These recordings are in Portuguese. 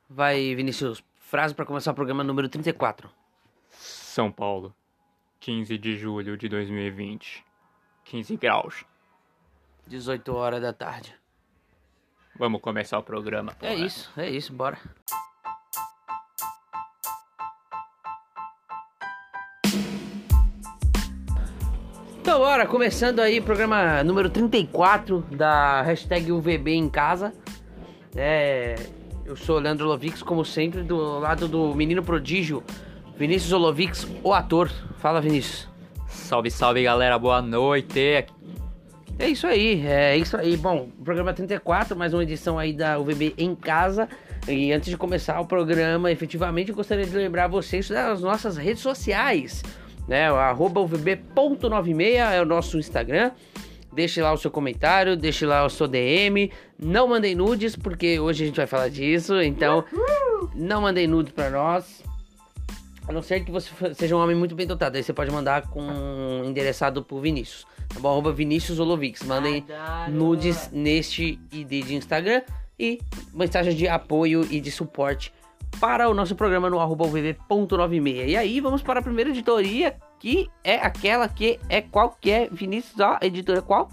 Vai, Vinícius, frase para começar o programa número 34. São Paulo, 15 de julho de 2020, 15 graus. 18 horas da tarde. Vamos começar o programa. É isso, bora. Então bora, começando aí o programa número 34 da hashtag UVB em casa. Eu sou o Leandro Lovix, como sempre, do lado do menino prodígio, Vinícius Olovix, o ator. Fala, Vinícius. Salve, salve, galera, boa noite. É isso aí. Bom, o programa 34, mais uma edição aí da UVB em casa. E antes de começar o programa, efetivamente, eu gostaria de lembrar vocês das nossas redes sociais, né? O @uvb.96 é o nosso Instagram. Deixe lá o seu comentário, deixe lá o seu DM. Não mandem nudes, porque hoje a gente vai falar disso. Então, não mandem nudes pra nós. A não ser que você seja um homem muito bem dotado. Aí você pode mandar com endereçado pro Vinícius. Tá bom? @Vinícius Olovix. Mandem nudes neste ID de Instagram. E mensagens de apoio e de suporte para o nosso programa no @uvb.96. E aí, vamos para a primeira editoria, que é aquela que é qual que é, Vinícius? Ó, editora qual?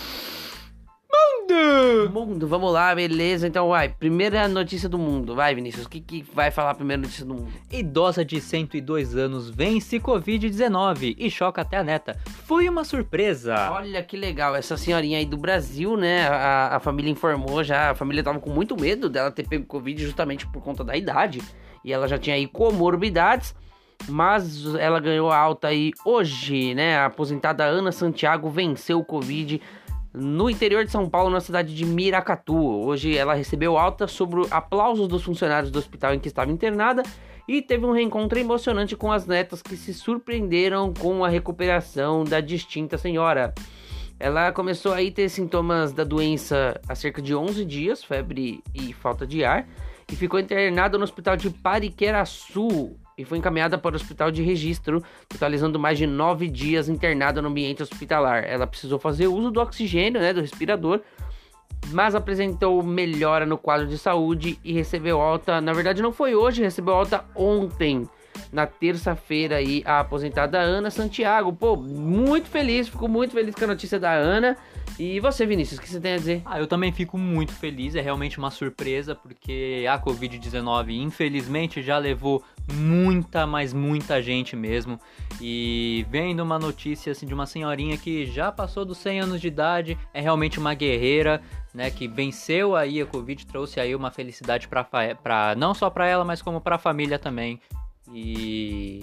Mundo, vamos lá, beleza. Então vai, primeira notícia do mundo. Vai, Vinícius, o que vai falar a primeira notícia do mundo? Idosa de 102 anos vence Covid-19 e choca até a neta. Foi uma surpresa. Olha que legal, essa senhorinha aí do Brasil, né? A família informou já, a família tava com muito medo dela ter pego Covid justamente por conta da idade. E ela já tinha aí comorbidades, mas ela ganhou a alta aí hoje, né? A aposentada Ana Santiago venceu o Covid no interior de São Paulo, na cidade de Miracatu. Hoje ela recebeu alta sobre aplausos dos funcionários do hospital em que estava internada e teve um reencontro emocionante com as netas que se surpreenderam com a recuperação da distinta senhora. Ela começou aí a ter sintomas da doença há cerca de 11 dias, febre e falta de ar, e ficou internada no hospital de Pariqueraçu e foi encaminhada para o hospital de registro, totalizando mais de 9 dias internada no ambiente hospitalar. Ela precisou fazer uso do oxigênio, né, do respirador, mas apresentou melhora no quadro de saúde e recebeu alta. Na verdade, não foi hoje, recebeu alta ontem, na terça-feira, aí, a aposentada Ana Santiago. Pô, fico muito feliz com a notícia da Ana. E você, Vinícius, o que você tem a dizer? Eu também fico muito feliz, é realmente uma surpresa, porque a Covid-19, infelizmente, já levou muita gente mesmo. E vendo uma notícia assim de uma senhorinha que já passou dos 100 anos de idade, é realmente uma guerreira, né, que venceu aí a Covid, trouxe aí uma felicidade pra não só para ela, mas como para a família também. E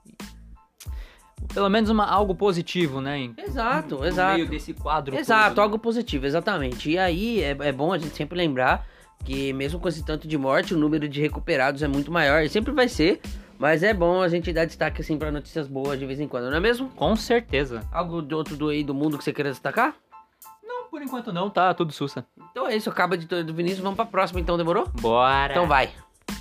pelo menos algo positivo, né? Exato. No meio desse quadro. Exato, todo, algo positivo, exatamente. E aí é bom a gente sempre lembrar que mesmo com esse tanto de morte, o número de recuperados é muito maior. E sempre vai ser, mas é bom a gente dar destaque assim para notícias boas de vez em quando, não é mesmo? Com certeza. Algo do mundo que você queira destacar? Não, por enquanto não, tá tudo sussa. Então é isso, acaba de do Vinícius, vamos pra próxima então, demorou? Bora! Então vai.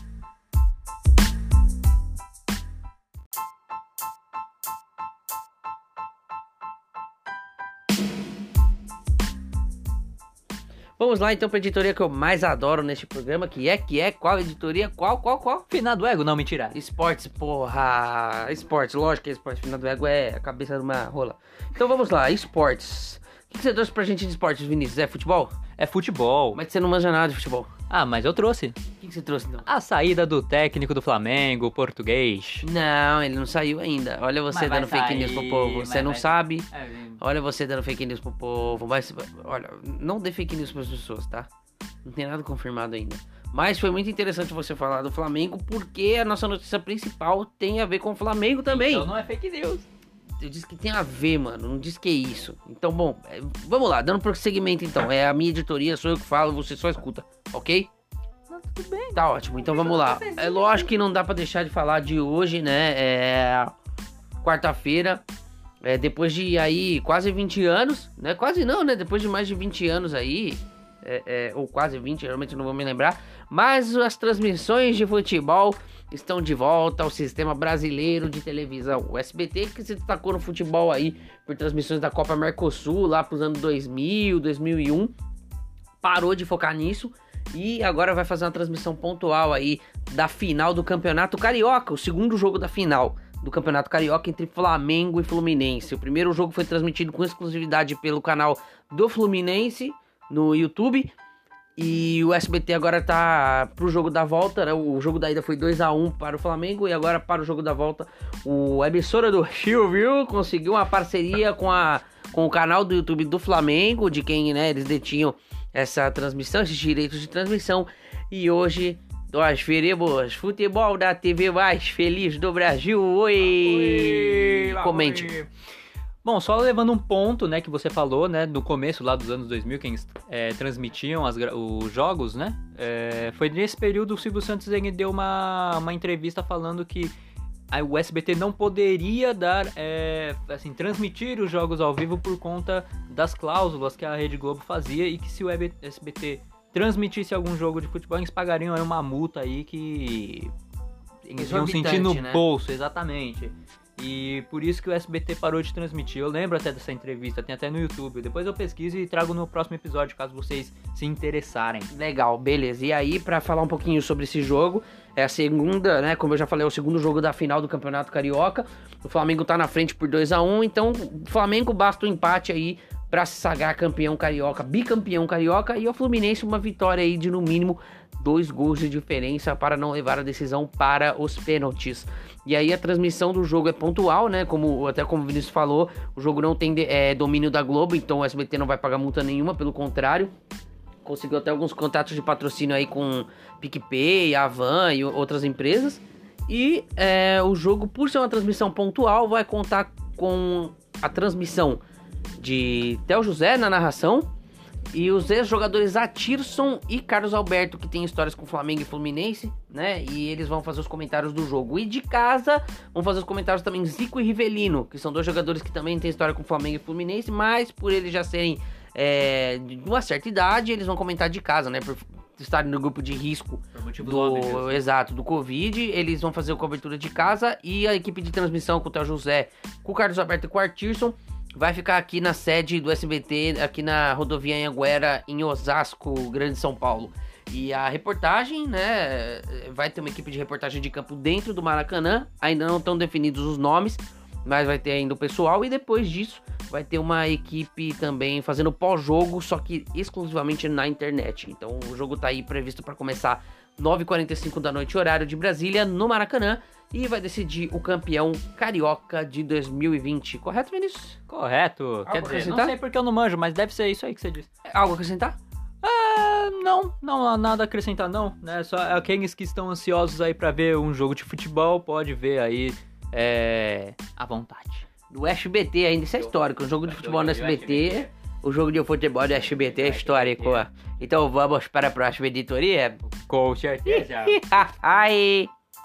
Vamos lá então pra editoria que eu mais adoro neste programa, que é qual editoria? Qual? Finado ego, não, mentira. Esportes, porra. Esportes, lógico que é esporte. Finado ego é a cabeça de uma rola. Então vamos lá, esportes. O que você trouxe pra gente de esportes, Vinícius? É futebol? É futebol. Mas você não manja nada de futebol. Mas eu trouxe. O que você trouxe então? A saída do técnico do Flamengo, português. Não, ele não saiu ainda. Olha você dando fake news pro povo. Você não sabe. Olha você dando fake news pro povo. Olha, não dê fake news pras pessoas, tá? Não tem nada confirmado ainda. Mas foi muito interessante você falar do Flamengo, porque a nossa notícia principal tem a ver com o Flamengo também. Então não é fake news. Eu disse que tem a ver, mano. Não disse que é isso. Então, bom, vamos lá. Dando prosseguimento, então. É a minha editoria, sou eu que falo, você só escuta, ok? Não, tudo bem. Tá ótimo. Então, vamos lá. É lógico que não dá pra deixar de falar de hoje, né? Quarta-feira. Depois de aí quase 20 anos, né? Quase não, né? Depois de mais de 20 anos aí, ou quase 20, realmente não vou me lembrar. Mas as transmissões de futebol estão de volta ao sistema brasileiro de televisão. O SBT, que se destacou no futebol aí por transmissões da Copa Mercosul lá pros anos 2000, 2001, parou de focar nisso E agora vai fazer uma transmissão pontual aí da final do Campeonato Carioca, o segundo jogo da final do Campeonato Carioca entre Flamengo e Fluminense. O primeiro jogo foi transmitido com exclusividade pelo canal do Fluminense no YouTube. E o SBT agora tá pro jogo da volta, né? O jogo da ida foi 2-1 para o Flamengo. E agora para o jogo da volta, a emissora do Rio, viu? Conseguiu uma parceria com o canal do YouTube do Flamengo, de quem, né, eles detinham essa transmissão, esses direitos de transmissão. E hoje nós veremos futebol da TV mais feliz do Brasil. Oi! Comente. Oi. Bom, só levando um ponto, né, que você falou, né, no começo lá dos anos 2000, quem transmitiam os jogos, né, foi nesse período o Silvio Santos ele deu uma entrevista falando que o SBT não poderia transmitir os jogos ao vivo por conta das cláusulas que a Rede Globo fazia e que se o SBT transmitisse algum jogo de futebol, eles pagariam aí uma multa aí que eles iam sentir no bolso, exatamente. E por isso que o SBT parou de transmitir. Eu lembro até dessa entrevista, tem até no YouTube. Depois eu pesquiso e trago no próximo episódio, caso vocês se interessarem. Legal, beleza. E aí, pra falar um pouquinho sobre esse jogo, é a segunda, né, como eu já falei, é o segundo jogo da final do Campeonato Carioca. O Flamengo tá na frente por 2-1, então o Flamengo basta um empate aí pra se sagrar campeão carioca, bicampeão carioca, e o Fluminense uma vitória aí de no mínimo 2 gols de diferença para não levar a decisão para os pênaltis. E aí a transmissão do jogo é pontual, né? Até como o Vinícius falou, o jogo não tem domínio da Globo, então o SBT não vai pagar multa nenhuma, pelo contrário. Conseguiu até alguns contatos de patrocínio aí com PicPay, Avan e outras empresas. E o jogo, por ser uma transmissão pontual, vai contar com a transmissão de Theo José na narração e os ex-jogadores Atirson e Carlos Alberto, que tem histórias com Flamengo e Fluminense, né? E eles vão fazer os comentários do jogo. E de casa vão fazer os comentários também Zico e Rivelino, que são 2 jogadores que também têm história com Flamengo e Fluminense, mas por eles já serem de uma certa idade, eles vão comentar de casa, né? Por estarem no grupo de risco do Covid, eles vão fazer a cobertura de casa. E a equipe de transmissão com o Theo José, com o Carlos Alberto e com o Atirson vai ficar aqui na sede do SBT, aqui na rodovia Anhanguera, em Osasco, Grande São Paulo. E a reportagem, né, vai ter uma equipe de reportagem de campo dentro do Maracanã. Ainda não estão definidos os nomes, mas vai ter ainda o pessoal. E depois disso, vai ter uma equipe também fazendo pós-jogo, só que exclusivamente na internet. Então o jogo tá aí previsto para começar 9h45 da noite, horário de Brasília, no Maracanã. E vai decidir o campeão carioca de 2020. Correto, Vinícius? Correto. Quer dizer, não sei porque eu não manjo, mas deve ser isso aí que você disse. Algo a acrescentar? Não há nada a acrescentar não, né? Só aqueles que estão ansiosos aí pra ver um jogo de futebol, pode ver aí à vontade. Do SBT ainda, isso é histórico. O jogo de futebol no SBT, o jogo de futebol do SBT é histórico. Então vamos para a próxima editoria? Com certeza. Ai.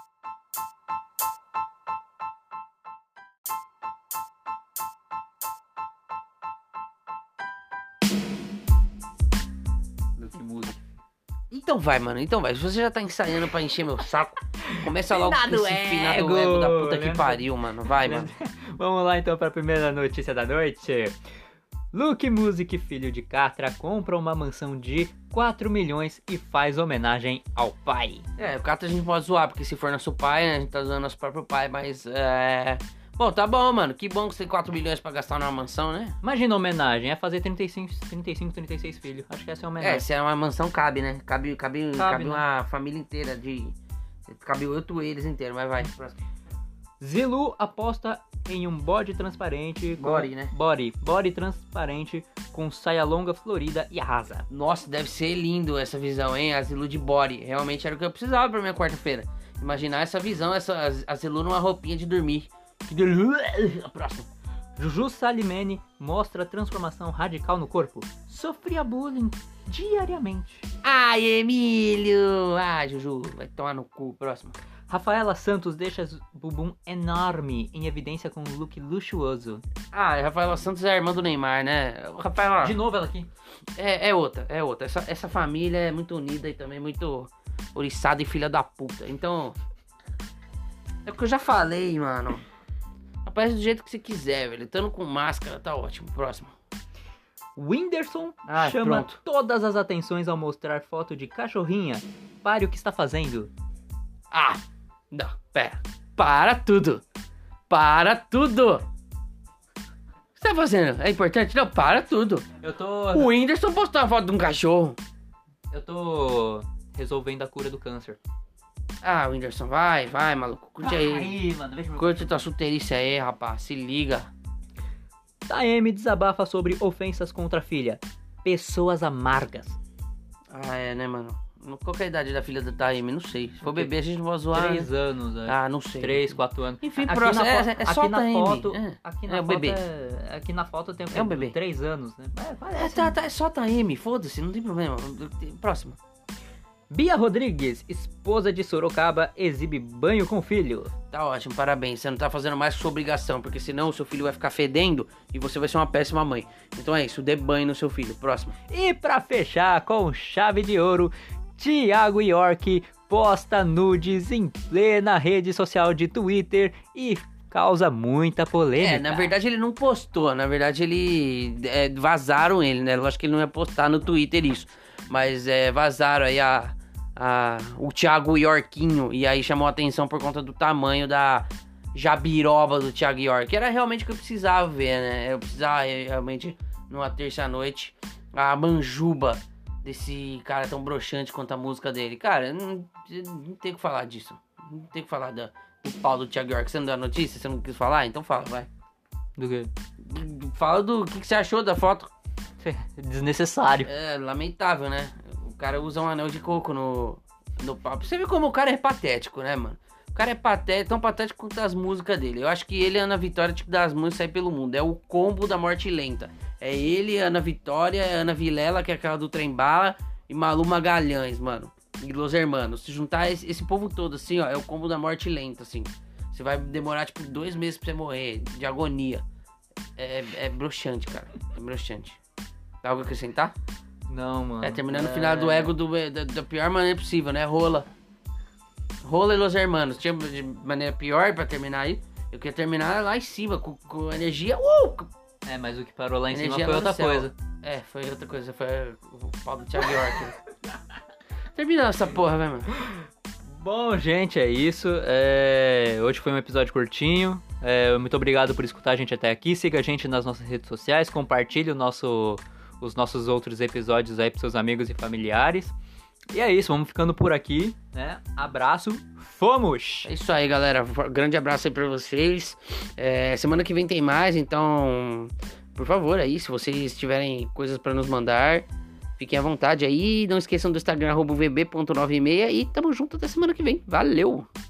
Então vai, mano, então vai. Se você já tá ensaiando pra encher meu saco, começa logo com esse finado ego da puta que pariu, mano. Vai, mano. Vamos lá então pra primeira notícia da noite. Luke Music, filho de Catra, compra uma mansão de 4 milhões e faz homenagem ao pai. O Catra a gente pode zoar, porque se for nosso pai, né, a gente tá zoando nosso próprio pai, mas bom, tá bom, mano. Que bom que você tem 4 milhões pra gastar numa mansão, né? Imagina a homenagem, é fazer 36 filhos. Acho que essa é a homenagem. Se é uma mansão, cabe, né? Cabe né? Uma família inteira cabe 8 eles inteiros, mas vai. Próximo. Zilu aposta em um body transparente. Body transparente com saia longa, florida e arrasa. Nossa, deve ser lindo essa visão, hein? A Zilu de body. Realmente era o que eu precisava pra minha quarta-feira. Imaginar essa visão, a Zilu numa roupinha de dormir. A próxima. Juju Salimene mostra transformação radical no corpo. Sofria bullying diariamente. Ai, Emílio! Juju, vai tomar no cu. Próximo. Rafaela Santos deixa bumbum enorme em evidência com um look luxuoso. Rafaela Santos é a irmã do Neymar, né? Rafaela... De novo ela aqui. É outra. Essa família é muito unida e também muito oriçada e filha da puta. Então... É o que eu já falei, mano. Aparece do jeito que você quiser, velho. Estando com máscara, tá ótimo. Próximo. Whindersson chama pronto. todas as atenções ao mostrar foto de cachorrinha. Pare o que está fazendo. Ah, não, pera. Para tudo. Para tudo. O que você tá fazendo? É importante? Não, para tudo. O Whindersson postou a foto de um cachorro. Eu tô resolvendo a cura do câncer. Ah, Whindersson, vai, maluco. Curte aí. Aí, mano, deixa eu... Curte tua solteirice aí, rapaz. Se liga. Taeme desabafa sobre ofensas contra a filha. Pessoas amargas. Ah, é, né, mano? Qual que é a idade da filha da Taime? Não sei. Se for bebê, a gente não vai zoar. 3 anos, né? Ah, não sei. 3, 4 anos. Enfim, aqui próximo. É só aqui na Taime. foto, É. aqui É na um foto bebê. aqui na foto tem É um bebê. 3 anos, né? Parece. É só Taime, foda-se, não tem problema. Próximo. Bia Rodrigues, esposa de Sorocaba, exibe banho com filho. Tá ótimo, parabéns. Você não tá fazendo mais que sua obrigação, porque senão o seu filho vai ficar fedendo e você vai ser uma péssima mãe. Então é isso, dê banho no seu filho. Próximo. E pra fechar com chave de ouro, Thiago York posta nudes em plena rede social de Twitter e causa muita polêmica. Na verdade ele não postou, na verdade ele... vazaram ele, né? Lógico que ele não ia postar no Twitter isso. Mas vazaram aí o Thiago Yorkinho, e aí chamou a atenção por conta do tamanho da jabiroba do Thiago York. Era realmente o que eu precisava ver, né? Eu precisava realmente, numa terça-noite, a manjuba desse cara tão broxante quanto a música dele. Cara, não tem o que falar disso. Não tem o que falar do pau do Thiago York. Você não deu a notícia? Você não quis falar? Então fala, vai. Do quê? Fala do que você achou da foto. Desnecessário. É lamentável, né? O cara usa um anel de coco no papo. Você vê como o cara é patético, né, mano? O cara é patético, tão patético quanto as músicas dele. Eu acho que ele e Ana Vitória, tipo, das músicas aí pelo mundo. É o combo da morte lenta. É ele, Ana Vitória, Ana Vilela, que é aquela do Trem Bala, e Malu Magalhães, mano. E Los Hermanos. Se juntar esse povo todo, assim, ó, é o combo da morte lenta, assim. Você vai demorar, tipo, 2 meses pra você morrer, de agonia. É broxante, cara. É broxante. Tá algo a acrescentar? Não, mano. Terminando no final do ego da pior maneira possível, né? Rola e Los Hermanos. Tinha de maneira pior pra terminar aí. Eu queria terminar lá em cima, com energia. Mas o que parou lá em cima Energia foi lá outra no céu. coisa. Foi outra coisa. Foi o pau do Thiago York. Terminando essa porra, vai, mano. Bom, gente, é isso. Hoje foi um episódio curtinho. Muito obrigado por escutar a gente até aqui. Siga a gente nas nossas redes sociais. Compartilhe os nossos outros episódios aí pros seus amigos e familiares. E é isso, vamos ficando por aqui, né? Abraço, fomos! É isso aí, galera. Grande abraço aí pra vocês. Semana que vem tem mais, então, por favor, aí, se vocês tiverem coisas pra nos mandar, fiquem à vontade aí. Não esqueçam do Instagram, @vb.96, e tamo junto até semana que vem. Valeu!